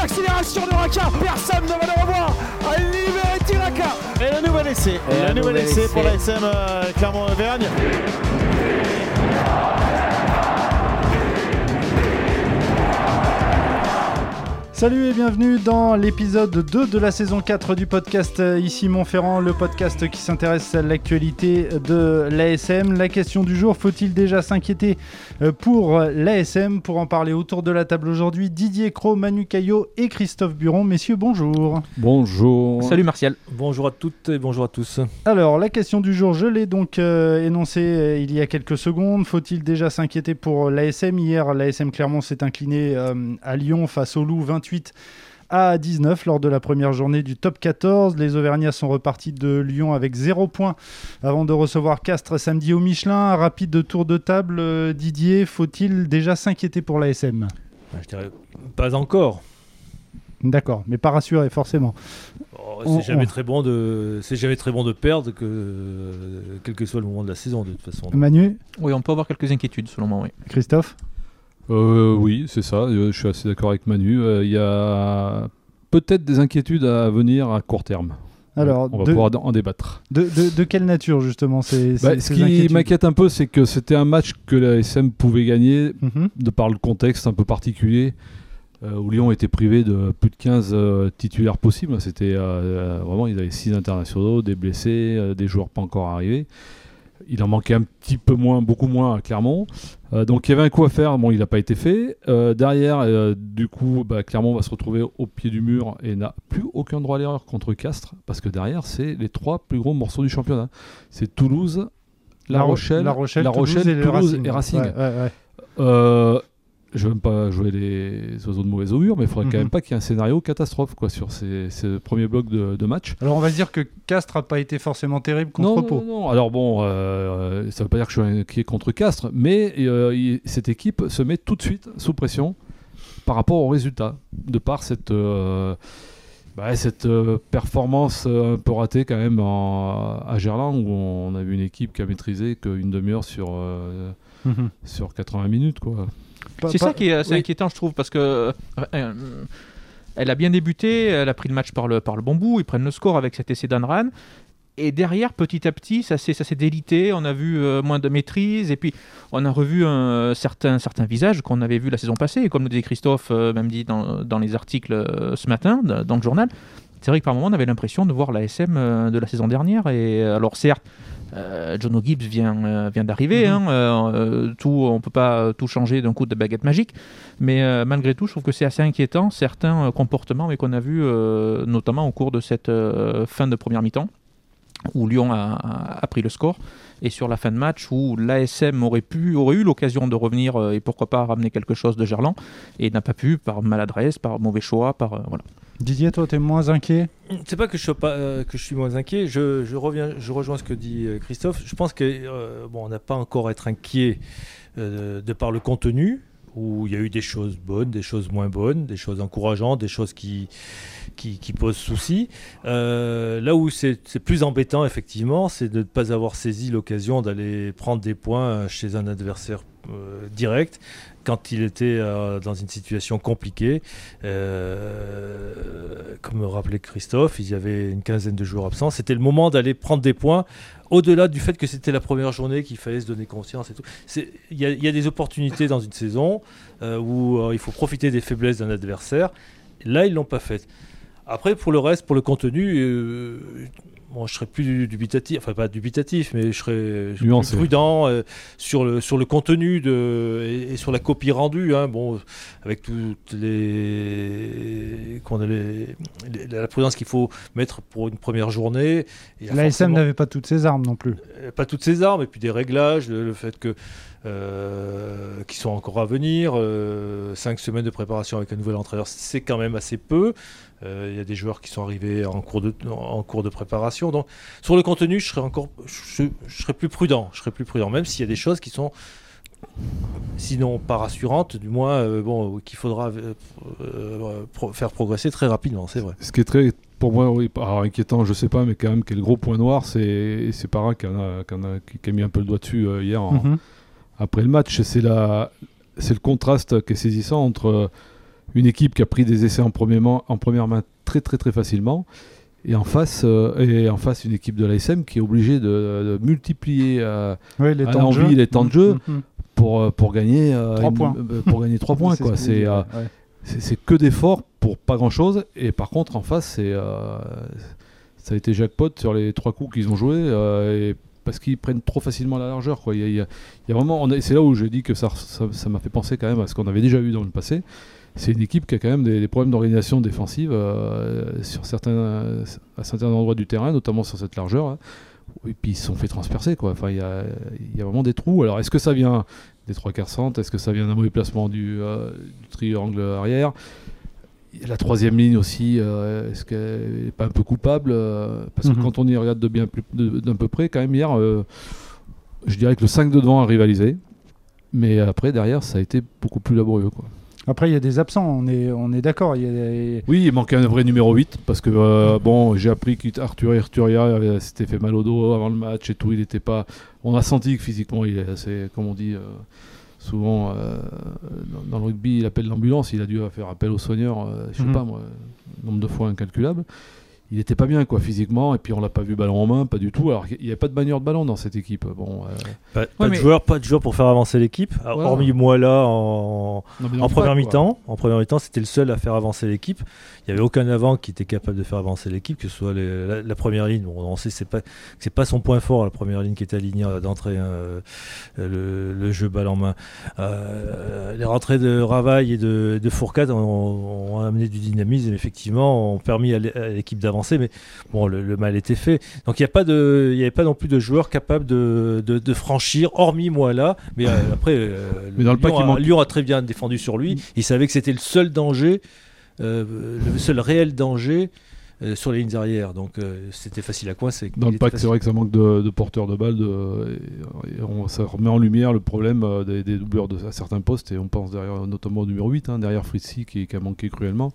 l'accélération de Raka. Personne ne va le revoir. Liberty Raka. Et le nouvel essai. Le nouvel essai pour l'ASM Clermont-Auvergne. Salut et bienvenue dans l'épisode 2 de la saison 4 du podcast Ici Montferrand, le podcast qui s'intéresse à l'actualité de l'ASM. La question du jour, faut-il déjà s'inquiéter pour l'ASM? Pour en parler autour de la table aujourd'hui, Didier Cros, Manu Caillot et Christophe Buron. Messieurs, bonjour. Bonjour. Salut Martial. Bonjour à toutes et bonjour à tous. Alors, la question du jour, je l'ai donc énoncée il y a quelques secondes. Faut-il déjà s'inquiéter pour l'ASM? Hier, l'ASM Clermont s'est incliné à Lyon face au Loup 28 à 19 lors de la première journée du top 14. Les Auvergnats sont repartis de Lyon avec 0 points avant de recevoir Castres samedi au Michelin. Un rapide tour de table. Didier, faut-il déjà s'inquiéter pour l'ASM? Je dirais pas encore. D'accord, mais pas rassuré forcément. C'est jamais très bon de perdre, quel que soit le moment de la saison de toute façon. Manu? Oui, on peut avoir quelques inquiétudes selon moi, oui. Christophe? Oui, c'est ça. Je suis assez d'accord avec Manu. Il y a peut-être des inquiétudes à venir à court terme. Alors, on va pouvoir en débattre. De quelle nature, justement, ces ce qui inquiétudes? m'inquiète un peu, c'est que c'était un match que la SM pouvait gagner, de par le contexte un peu particulier, où Lyon était privé de plus de 15 titulaires possibles. C'était vraiment, ils avaient 6 internationaux, des blessés, des joueurs pas encore arrivés. Il en manquait un petit peu moins, beaucoup moins à Clermont. Donc il y avait un coup à faire, bon il n'a pas été fait. Derrière, du coup, Clermont va se retrouver au pied du mur et n'a plus aucun droit à l'erreur contre Castres, parce que derrière, c'est les 3 plus gros morceaux du championnat. C'est Toulouse, La Rochelle, Toulouse et Racing. Ouais. Je ne veux même pas jouer les oiseaux de mauvais augure, mais il ne faudrait quand même pas qu'il y ait un scénario catastrophe sur ces premiers blocs de match. Alors on va dire que Castres n'a pas été forcément terrible contre Pau. Non. Alors bon, ça ne veut pas dire que je suis inquiet contre Castres, mais cette équipe se met tout de suite sous pression par rapport aux résultats, de par cette performance un peu ratée quand même à Gerland, où on a vu une équipe qui a maîtrisé qu'une demi-heure sur 80 minutes, quoi. C'est ça qui est assez inquiétant, je trouve, parce que elle a bien débuté, elle a pris le match par le bon bout, ils prennent le score avec cet essai d'Anran, et derrière, petit à petit, ça s'est délité, on a vu moins de maîtrise, et puis on a revu certains visages qu'on avait vus la saison passée, et comme le disait Christophe, même dit dans les articles ce matin, dans le journal. C'est vrai que par moment, on avait l'impression de voir l'ASM de la saison dernière, et alors certes, John O'Gibbs vient d'arriver, on ne peut pas tout changer d'un coup de baguette magique, mais malgré tout, je trouve que c'est assez inquiétant, certains comportements qu'on a vus, notamment au cours de cette fin de première mi-temps, où Lyon a pris le score, et sur la fin de match, où l'ASM aurait eu l'occasion de revenir, et pourquoi pas ramener quelque chose de Gerland, et n'a pas pu, par maladresse, par mauvais choix, voilà. Didier, toi, t'es moins inquiet? C'est pas que je suis moins inquiet. Je rejoins ce que dit Christophe. Je pense que on n'a pas encore à être inquiet de par le contenu, où il y a eu des choses bonnes, des choses moins bonnes, des choses encourageantes, des choses qui posent souci. Là où c'est plus embêtant, effectivement, c'est de ne pas avoir saisi l'occasion d'aller prendre des points chez un adversaire direct, quand il était dans une situation compliquée. Comme me rappelait Christophe, il y avait une quinzaine de joueurs absents. C'était le moment d'aller prendre des points, au-delà du fait que c'était la première journée, qu'il fallait se donner conscience et tout. Il y a des opportunités dans une saison où il faut profiter des faiblesses d'un adversaire. Là, ils ne l'ont pas fait. Après, pour le reste, pour le contenu... je serais plus dubitatif, enfin pas dubitatif, mais je serais plus prudent sur le contenu et sur la copie rendue. Avec toutes la prudence qu'il faut mettre pour une première journée. L'ASM n'avait pas toutes ses armes non plus. Pas toutes ses armes, et puis des réglages, le fait que qui sont encore à venir, 5 semaines de préparation avec un nouvel entraîneur, c'est quand même assez peu. Il y a des joueurs qui sont arrivés en cours de préparation. Donc, sur le contenu, je serais plus prudent. Même s'il y a des choses qui sont, sinon pas rassurantes, du moins qu'il faudra faire progresser très rapidement, c'est vrai. Ce qui est très, pour moi, inquiétant, je sais pas, mais quand même, quel gros point noir, c'est Parra qui a mis un peu le doigt dessus hier après le match. C'est le contraste qui est saisissant entre une équipe qui a pris des essais en première main très très très facilement. Et en face, une équipe de l'ASM qui est obligée de multiplier les temps de jeu pour gagner 3 points. Pour gagner 3 points. Quoi. C'est que d'efforts pour pas grand-chose. Et par contre, en face, ça a été jackpot sur les 3 coups qu'ils ont joués. Parce qu'ils prennent trop facilement la largeur. Quoi. Il y a vraiment, c'est là où j'ai dit que ça m'a fait penser quand même à ce qu'on avait déjà eu dans le passé. C'est une équipe qui a quand même des problèmes d'organisation défensive à certains endroits du terrain, notamment sur cette largeur. Hein. Et puis ils se sont fait transpercer. Quoi. Enfin, il y a vraiment des trous. Alors est-ce que ça vient des 3/4 centres? Est-ce que ça vient d'un mauvais placement du triangle arrière? La troisième ligne aussi, est-ce qu'elle n'est pas un peu coupable? Parce que quand on y regarde d'un peu près, quand même hier, je dirais que le 5 de devant a rivalisé. Mais après, derrière, ça a été beaucoup plus laborieux. Quoi. Après, il y a des absents, on est d'accord. Oui, il manquait un vrai numéro 8, parce que j'ai appris qu'Arturia s'était fait mal au dos avant le match et tout. Il était pas... On a senti que physiquement, il est assez, comme on dit souvent dans le rugby, il appelle l'ambulance. Il a dû faire appel aux soigneurs, je sais pas moi, nombre de fois incalculable. Il était pas bien quoi physiquement, et puis on l'a pas vu ballon en main, pas du tout. Alors il n'y a pas de manieur de ballon dans cette équipe. Pas de joueurs pour faire avancer l'équipe. Voilà. Hormis moi là en première mi-temps. En première mi-temps, c'était le seul à faire avancer l'équipe. Il n'y avait aucun avant qui était capable de faire avancer l'équipe, que ce soit la première ligne. Bon, on sait que c'est pas son point fort, la première ligne qui est alignée d'entrée, le jeu balle en main. Les rentrées de Ravaille et de Fourcade ont amené du dynamisme, effectivement, ont permis à l'équipe d'avancer. Mais bon, le mal était fait. Donc il n'y avait pas non plus de joueurs capables de franchir, hormis moi là. Mais après, Lyon a très bien défendu sur lui. Il savait que c'était le seul danger, le seul réel danger sur les lignes arrière. Donc c'était facile à coincer. Dans le pack, c'est vrai que ça manque de porteurs de balles. Ça remet en lumière le problème des doubleurs à certains postes. Et on pense notamment au numéro 8, derrière Fritzi qui a manqué cruellement.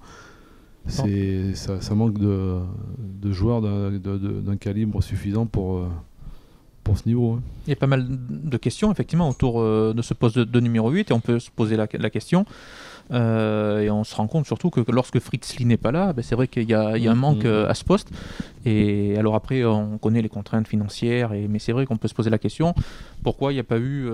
Ça manque de joueurs d'un calibre suffisant pour ce niveau. Hein. Il y a pas mal de questions effectivement autour de ce poste de numéro 8 et on peut se poser la question. Et on se rend compte surtout que lorsque Fritzli n'est pas là, c'est vrai qu'il y a un manque à ce poste. Et alors après, on connaît les contraintes financières, mais c'est vrai qu'on peut se poser la question pourquoi il n'y a pas eu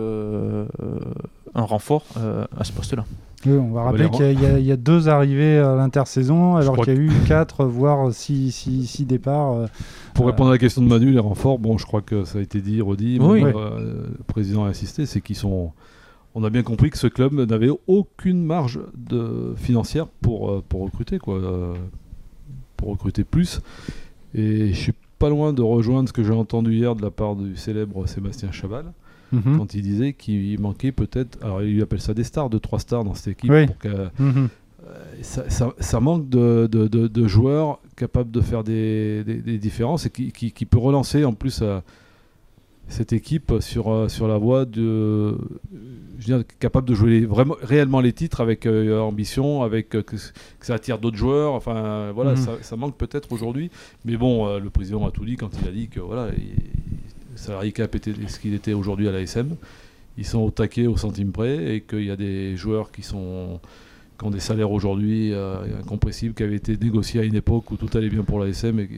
un renfort à ce poste-là. Oui, on va rappeler qu'il y a 2 arrivées à l'intersaison, alors qu'il y a eu 4, voire 6 départs. Pour répondre à la question de Manu, les renforts, je crois que ça a été dit, redit, le président a insisté, c'est qu'ils sont... On a bien compris que ce club n'avait aucune marge financière pour recruter, pour recruter plus. Et je suis pas loin de rejoindre ce que j'ai entendu hier de la part du célèbre Sébastien Chaval, quand il disait qu'il manquait peut-être, alors il appelle ça des stars, 2-3 stars dans cette équipe, pour que ça manque de joueurs capables de faire des différences et qui peut relancer en plus cette équipe sur la voie capable de jouer réellement les titres avec ambition, avec que ça attire d'autres joueurs. Enfin voilà, ça manque peut-être aujourd'hui. Mais bon, le président a tout dit quand il a dit que voilà, le salarié cap était ce qu'il était aujourd'hui à l'ASM. Ils sont au taquet au centime près et qu'il y a des joueurs qui ont des salaires aujourd'hui incompressibles, qui avaient été négociés à une époque où tout allait bien pour l'ASM et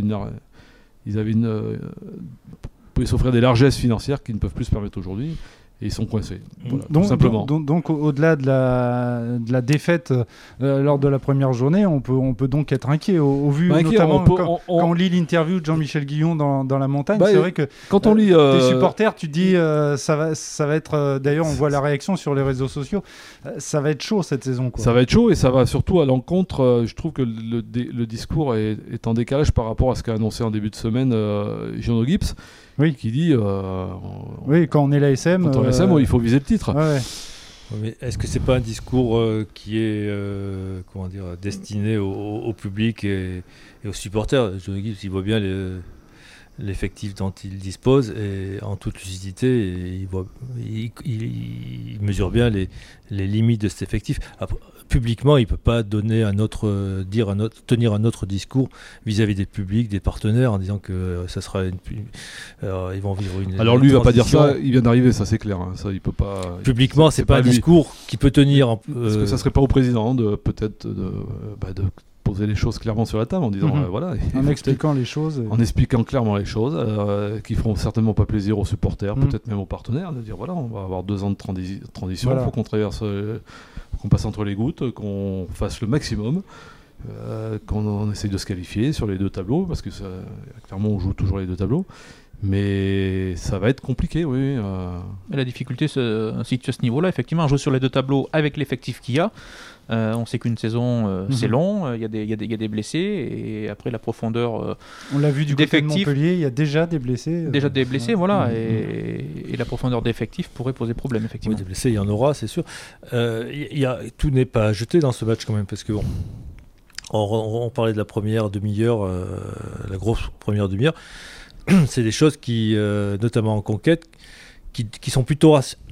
qu'ils pouvaient s'offrir des largesses financières qui ne peuvent plus se permettre aujourd'hui. Et ils sont coincés, voilà, tout simplement. Donc au-delà de la défaite lors de la première journée, on peut donc être inquiet au vu notamment quand on lit l'interview de Jean-Michel Guillon dans La Montagne. C'est vrai que quand on lit tes supporters, tu te dis ça va être. D'ailleurs, on voit la réaction sur les réseaux sociaux. Ça va être chaud cette saison. Ça va être chaud et ça va surtout à l'encontre. Je trouve que le discours est en décalage par rapport à ce qu'a annoncé en début de semaine Giono Gibbs. Oui. Qui dit quand on est l'ASM, il faut viser le titre. Ouais. Mais est-ce que c'est pas un discours qui est destiné au public et aux supporters? Giono Gibbs, il voit bien l'effectif dont il dispose et en toute lucidité, et il mesure bien les limites de cet effectif. Après, publiquement, il ne peut pas tenir un autre discours vis-à-vis des publics, des partenaires, en disant que ça sera ils vont vivre une. Alors lui, il ne va pas dire ça. Il vient d'arriver, ça c'est clair. Hein. Ça, il peut pas. Publiquement, c'est pas un discours qui peut tenir. Est-ce que ça serait pas au président de poser les choses clairement sur la table en disant voilà, en expliquant les choses, en expliquant clairement les choses qui feront certainement pas plaisir aux supporters, peut-être même aux partenaires, de dire voilà, on va avoir 2 ans de transition, il faut qu'on traverse, qu'on passe entre les gouttes, qu'on fasse le maximum, qu'on essaye de se qualifier sur les 2 tableaux, parce que clairement on joue toujours les 2 tableaux. Mais ça va être compliqué, oui. La difficulté se situe à ce niveau-là. Effectivement, on joue sur les 2 tableaux avec l'effectif qu'il y a. On sait qu'une saison, c'est long, il y a des blessés, et après la profondeur on l'a vu du côté de Montpellier, il y a déjà des blessés. Voilà, et la profondeur d'effectifs pourrait poser problème, effectivement. Oui, des blessés, il y en aura, c'est sûr. Tout n'est pas jeté dans ce match quand même, parce que on parlait de la première demi-heure, la grosse première demi-heure. C'est des choses qui, notamment en conquête, qui sont plutôt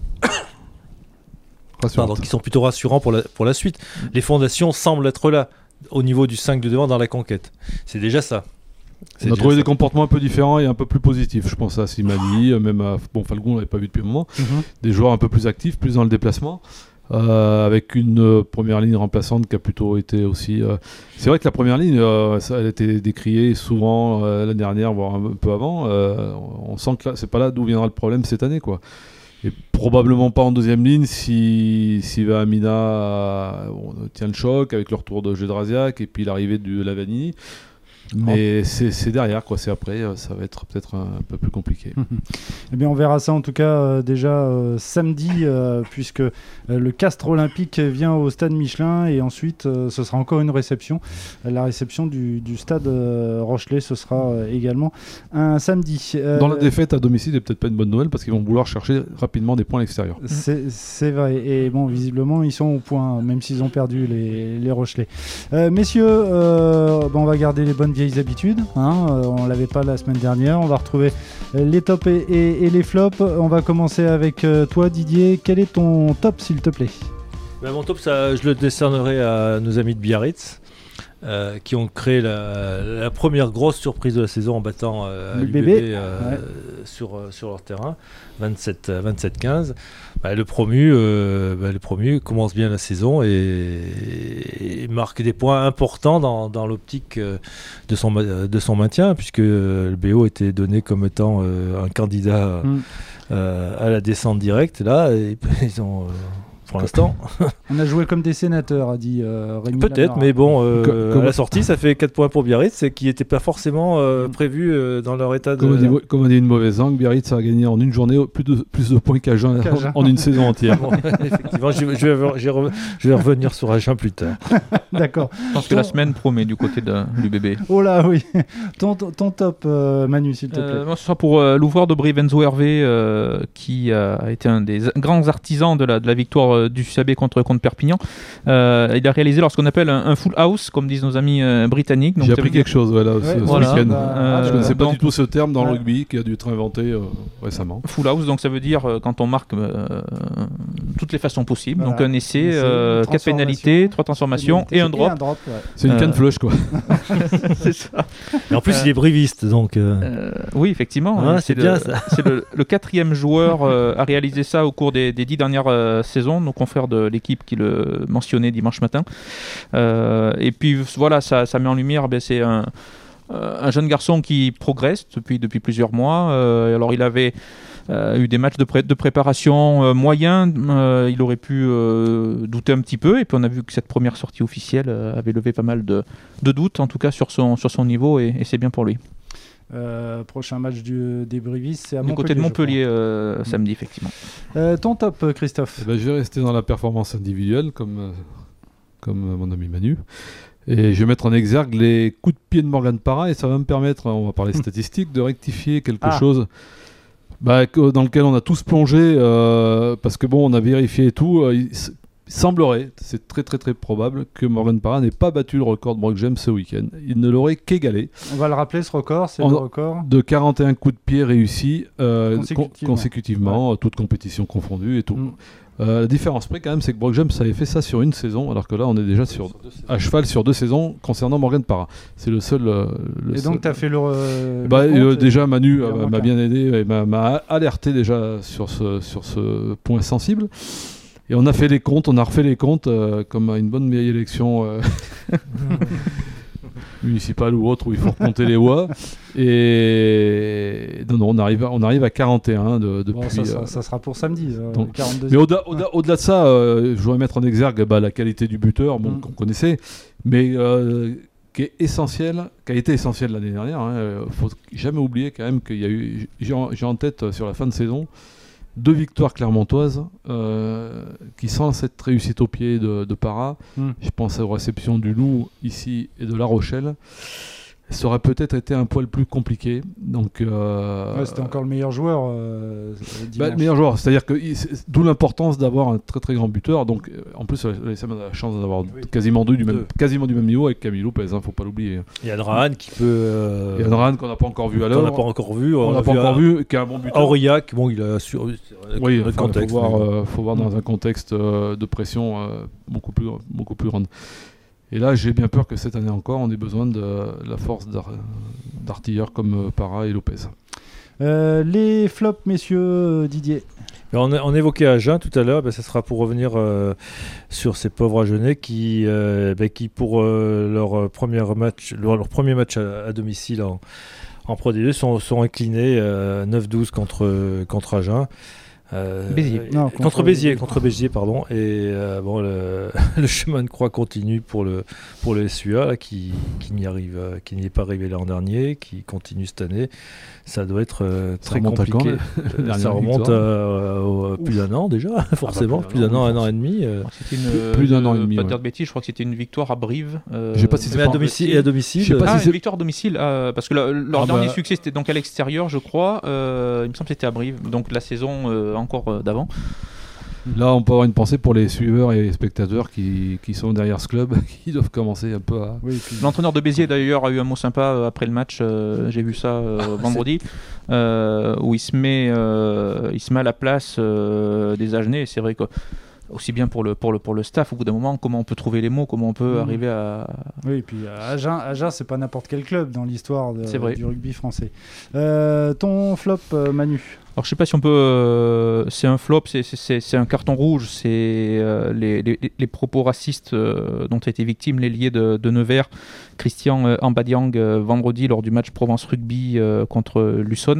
qui sont plutôt rassurants pour la suite. Les fondations semblent être là, au niveau du 5 de devant dans la conquête. C'est déjà ça. On a trouvé des comportements un peu différents et un peu plus positifs. Je pense à Simani, même à Falcon, on l'avait pas vu depuis un moment. Des joueurs un peu plus actifs, plus dans le déplacement. Avec une première ligne remplaçante qui a plutôt été aussi... C'est vrai que la première ligne, elle a été décriée souvent l'année dernière, voire un peu avant. On sent que c'est pas là d'où viendra le problème cette année, quoi. Et probablement pas en deuxième ligne si Amina tient le choc avec le retour de Gedrasiak et puis l'arrivée de Lavanini. Mais c'est derrière, quoi. C'est après, ça va être peut-être un peu plus compliqué. Eh bien, on verra ça en tout cas déjà samedi, puisque le Castres Olympique vient au stade Michelin, et ensuite ce sera encore une réception. La réception du stade Rochelet, ce sera également un samedi. Dans la défaite à domicile, c'est peut-être pas une bonne nouvelle parce qu'ils vont vouloir chercher rapidement des points à l'extérieur. C'est vrai. Et bon, visiblement, ils sont au point, même s'ils ont perdu les Rochelais. Messieurs, on va garder les bonnes vieilles habitudes, on l'avait pas la semaine dernière. On va retrouver les tops et les flops. On va commencer avec toi, Didier. Quel est ton top, s'il te plaît? Mon top, je le décernerai à nos amis de Biarritz, qui ont créé la première grosse surprise de la saison en battant l'UBB sur leur terrain, 27-15. Le promu commence bien la saison et marque des points importants dans l'optique de son maintien, puisque le BO était donné comme étant un candidat à la descente directe. Là, ils ont... pour l'instant. On a joué comme des sénateurs, a dit Rémi. Peut-être, mais bon, à la sortie, ça fait 4 points pour Biarritz, qui n'était pas forcément prévu dans leur état de... Comme on dit une mauvaise langue, Biarritz a gagné en une journée plus de points qu'Agen en une saison entière. Bon, effectivement, je vais revenir sur Agen plus tard. D'accord. Je pense que la semaine promet du côté de l'UBB. Oh là, oui. Ton top, Manu, s'il te plaît. Moi, ce sera pour l'ouvreur de Brivenzo Hervé, qui a été un des grands artisans de la victoire du SAB contre Perpignan. Il a réalisé ce qu'on appelle un full house, comme disent nos amis britanniques. J'ai appris quelque chose ce week-end. Je ne connaissais pas du tout ce terme dans le rugby qui a dû être inventé récemment. Full house, donc ça veut dire quand on marque toutes les façons possibles. Donc un essai, 4 pénalités, 3 transformations et un drop. C'est une canne flush, quoi. C'est ça. Et en plus, il est briviste, donc... Oui, effectivement. C'est bien ça. C'est le 4e joueur à réaliser ça au cours des 10 dernières saisons, nos confrères de l'équipe qui le mentionnaient dimanche matin. Et puis voilà, ça met en lumière, c'est un jeune garçon qui progresse depuis plusieurs mois. Alors il avait eu des matchs de préparation moyens, il aurait pu douter un petit peu, et puis on a vu que cette première sortie officielle avait levé pas mal de doutes, en tout cas sur son niveau, et c'est bien pour lui. Prochain match des Brivis, c'est à du Montpellier, côté de Montpellier samedi, effectivement. Ton top, Christophe? Je vais rester dans la performance individuelle comme mon ami Manu, et je vais mettre en exergue les coups de pied de Morgan Parra, et ça va me permettre, on va parler statistiques, de rectifier quelque chose dans lequel on a tous plongé, parce que on a vérifié et tout. Il semblerait, c'est très très très probable, que Morgan Parra n'ait pas battu le record de Brock James ce week-end. Il ne l'aurait qu'égalé. On va le rappeler, ce record, c'est le record de 41 coups de pied réussis consécutivement, toutes compétitions confondues et tout. La différence près quand même, c'est que Brock James avait fait ça sur une saison, alors que là on est déjà à cheval sur 2 saisons concernant Morgan Parra. C'est le seul. Et donc tu as fait le déjà Manu m'a bien aidé et m'a alerté déjà sur ce point sensible. Et on a fait les comptes, on a refait les comptes comme à une bonne vieille élection municipale ou autre où il faut compter les voix. Et non, on arrive à 41 depuis. Bon, ça sera pour samedi. Donc, 42. mais au-delà de ça, je voudrais mettre en exergue la qualité du buteur, qu'on connaissait, mais qui est essentiel, qui a été essentiel l'année dernière. Faut jamais oublier quand même qu'il y a eu, j'ai en tête sur la fin de saison, 2 victoires clermontoises qui, sans cette réussite au pied de Parra, je pense aux réceptions du Loup ici et de La Rochelle, ça aurait peut-être été un poil plus compliqué. Donc, c'était encore le meilleur joueur. Le meilleur joueur, c'est-à-dire que d'où l'importance d'avoir un très très grand buteur. Donc, en plus, l'ASM a la chance d'avoir quasiment du même niveau avec Camille Lopez, faut pas l'oublier. Il y a Rahan qui peut. Il y a Rahan qu'on n'a pas encore vu à l'heure. On n'a pas encore vu. On n'a pas encore vu, qui est un bon buteur. Aurillac, il a sur. Oui, il faut voir dans un contexte de pression beaucoup plus grande. Et là, j'ai bien peur que cette année encore, on ait besoin de la force d'artilleurs comme Parra et Lopez. Les flops, messieurs, Didier. On évoquait Agen tout à l'heure, ça sera pour revenir sur ces pauvres Agenais qui pour leur premier match à domicile en Pro D2 sont inclinés 9-12 contre Agen. Béziers. Contre Béziers, pardon. Et le chemin de croix continue pour le SUA là, qui n'y est pas arrivé l'an dernier, qui continue cette année. Ça doit être très compliqué. Ça remonte à plus d'un an déjà, forcément, plus d'un an, un an et demi. Plus d'un an et demi. Pas de dire de bêtises, je crois que c'était une victoire à Brive. Je sais pas si c'est à domicile. Et à domicile. Une victoire à domicile, parce que leur dernier succès c'était donc à l'extérieur, je crois. Il me semble que c'était à Brive, donc la saison encore d'avant. Là, on peut avoir une pensée pour les suiveurs et les spectateurs qui sont derrière ce club, qui doivent commencer un peu à... L'entraîneur de Béziers, d'ailleurs, a eu un mot sympa après le match. J'ai vu ça vendredi, où il se met à la place des Agenais. Et c'est vrai que aussi bien pour le staff, au bout d'un moment, comment on peut trouver les mots, comment on peut arriver à... Oui, et puis Agen, c'est pas n'importe quel club dans l'histoire du rugby français. Ton flop, Manu? Alors je sais pas si on peut... c'est un flop, c'est un carton rouge, c'est les propos racistes dont a été victime l'ailier de Nevers, Christian Ambadiang, vendredi lors du match Provence Rugby contre Luçon.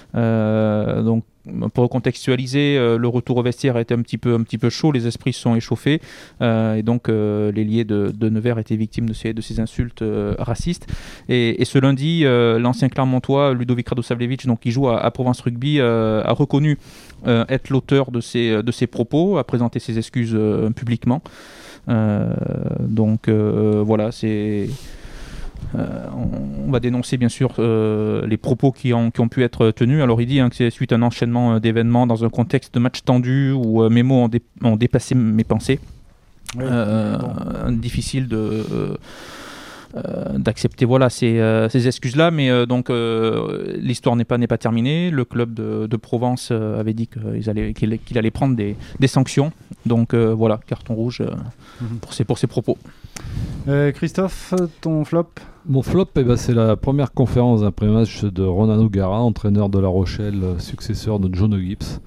Donc pour recontextualiser, le retour au vestiaire a été un petit peu chaud, les esprits se sont échauffés et donc l'ailier de Nevers a été victime de ces insultes racistes. Et ce lundi, l'ancien Clermontois Ludovic Radosavljevic, donc qui joue à Provence Rugby, a reconnu être l'auteur de ces propos, a présenté ses excuses publiquement. Donc voilà, c'est... on va dénoncer bien sûr les propos qui ont pu être tenus. Alors il dit que c'est suite à un enchaînement d'événements dans un contexte de match tendu où mes mots ont dépassé mes pensées. Difficile d'accepter ces excuses-là, mais donc l'histoire n'est pas terminée. Le club de Provence avait dit qu'il allait prendre des sanctions. Donc voilà, carton rouge pour ses propos. Christophe, ton flop? Mon flop, c'est la première conférence d'après-match de Ronan O'Gara, entraîneur de La Rochelle, successeur de John Gibbs,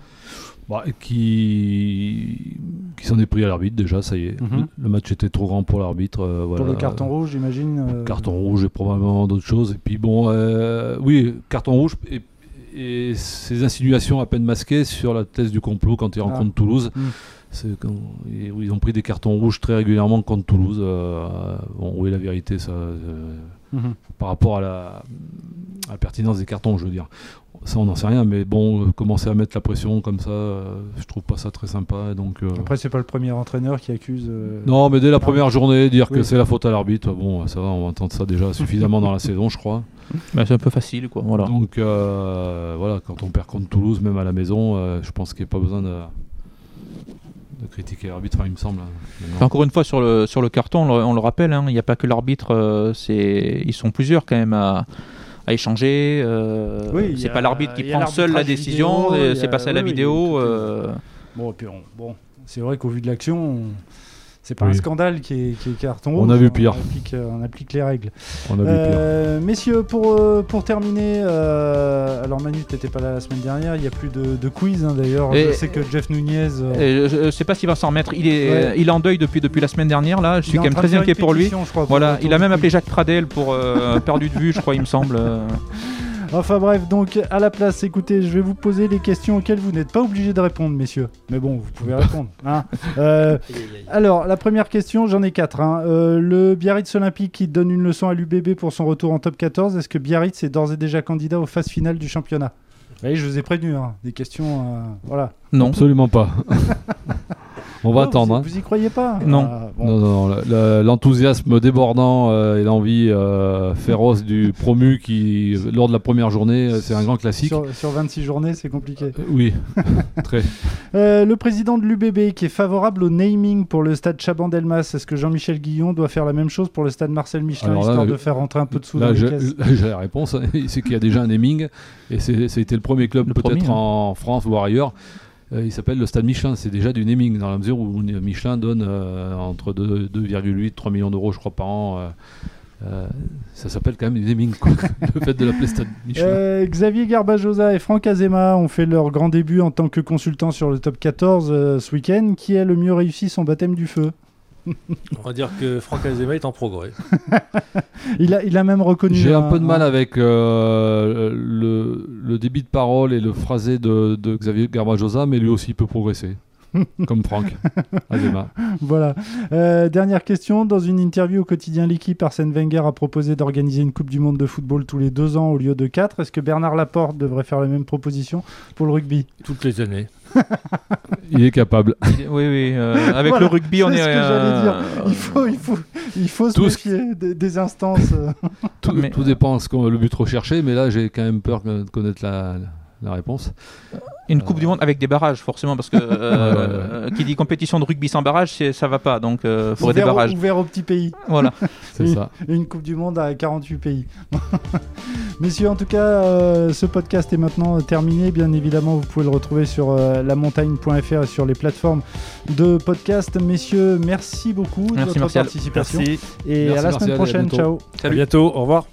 qui s'en est pris à l'arbitre déjà, ça y est. Le match était trop grand pour l'arbitre. Pour le carton rouge, j'imagine. Carton rouge et probablement d'autres choses. Et puis oui, carton rouge et ces insinuations à peine masquées sur la thèse du complot quand ils rencontrent Toulouse. Ils ont pris des cartons rouges très régulièrement contre Toulouse. Où est la vérité ça, par rapport à la pertinence des cartons, je veux dire. Ça, on n'en sait rien, mais bon, commencer à mettre la pression comme ça, je trouve pas ça très sympa. Et donc, après, c'est pas le premier entraîneur qui accuse. Non, mais dès la première journée, dire que c'est la faute à l'arbitre, bon, ça va, on va entendre ça déjà suffisamment dans la saison, je crois. C'est un peu facile, quoi. Voilà. Donc, voilà, quand on perd contre Toulouse, même à la maison, je pense qu'il n'y a pas besoin de critiquer l'arbitre, il me semble. Encore une fois, sur le carton, on le rappelle, il n'y a pas que l'arbitre, ils sont plusieurs quand même à échanger. C'est pas l'arbitre qui prend seul la décision, c'est pas ça la vidéo. Bon, et puis c'est vrai qu'au vu de l'action, c'est pas un scandale qui est carton rouge. On a vu pire. On applique les règles. On a vu pire. Messieurs, pour terminer, alors Manu, t'étais pas là la semaine dernière, il n'y a plus de quiz d'ailleurs. Je sais que Jeff Nunez... je sais pas s'il va s'en remettre. Il est en deuil depuis la semaine dernière. Là, je suis quand même très inquiet pour lui. Voilà, il a même appelé Jacques Pradel pour perdu de vue, je crois, il me semble. Enfin bref, donc à la place, écoutez, je vais vous poser les questions auxquelles vous n'êtes pas obligés de répondre, messieurs. Mais bon, vous pouvez répondre. Hein. Alors, la première question, j'en ai 4. Le Biarritz Olympique qui donne une leçon à l'UBB pour son retour en top 14. Est-ce que Biarritz est d'ores et déjà candidat aux phases finales du championnat ? Vous voyez, je vous ai prévenu, des questions... voilà. Non. Absolument pas. On va attendre. Vous y croyez pas ? Non. Non. L'enthousiasme débordant et l'envie féroce du promu qui, lors de la première journée, c'est un grand classique. Sur 26 journées, c'est compliqué. Oui, très. Le président de l'UBB qui est favorable au naming pour le stade Chaban-Delmas. Est-ce que Jean-Michel Guillon doit faire la même chose pour le stade Marcel Michelin, histoire de faire rentrer un peu de sous dans les caisses ? Là, j'ai la réponse. C'est qu'il y a déjà un naming et c'était le premier club peut-être en France ou ailleurs. Il s'appelle le Stade Michelin, c'est déjà du naming dans la mesure où Michelin donne entre 2,8 et 3 millions d'euros je crois par an. Ça s'appelle quand même du naming, quoi. Le fait de l'appeler Stade Michelin. Xavier Garbajosa et Franck Azema ont fait leur grand début en tant que consultants sur le top 14 ce week-end. Qui a le mieux réussi son baptême du feu ? On va dire que Franck Azema est en progrès. il a même reconnu... J'ai un peu de mal avec le débit de parole et le phrasé de Xavier Garbajosa, mais lui aussi il peut progresser. Comme Franck Azema. Voilà. Dernière question. Dans une interview au quotidien L'Équipe, Arsène Wenger a proposé d'organiser une Coupe du Monde de football tous les 2 ans au lieu de 4. Est-ce que Bernard Laporte devrait faire la même proposition pour le rugby ? Toutes les années. Il est capable. Oui. Avec le rugby, on est... C'est ce que j'allais dire. Il faut se méfier des instances. Tout dépend de le but recherché, mais là j'ai quand même peur de connaître la réponse. Une Coupe du Monde avec des barrages, forcément, parce que qui dit compétition de rugby sans barrage, ça va pas, donc il faudrait des barrages. Ouvert aux petits pays. Voilà. C'est ça. Une Coupe du Monde à 48 pays. Messieurs, en tout cas, ce podcast est maintenant terminé. Bien évidemment, vous pouvez le retrouver sur lamontagne.fr et sur les plateformes de podcast. Messieurs, merci beaucoup de votre participation. Merci. Et à la semaine prochaine. Ciao. À bientôt. Au revoir.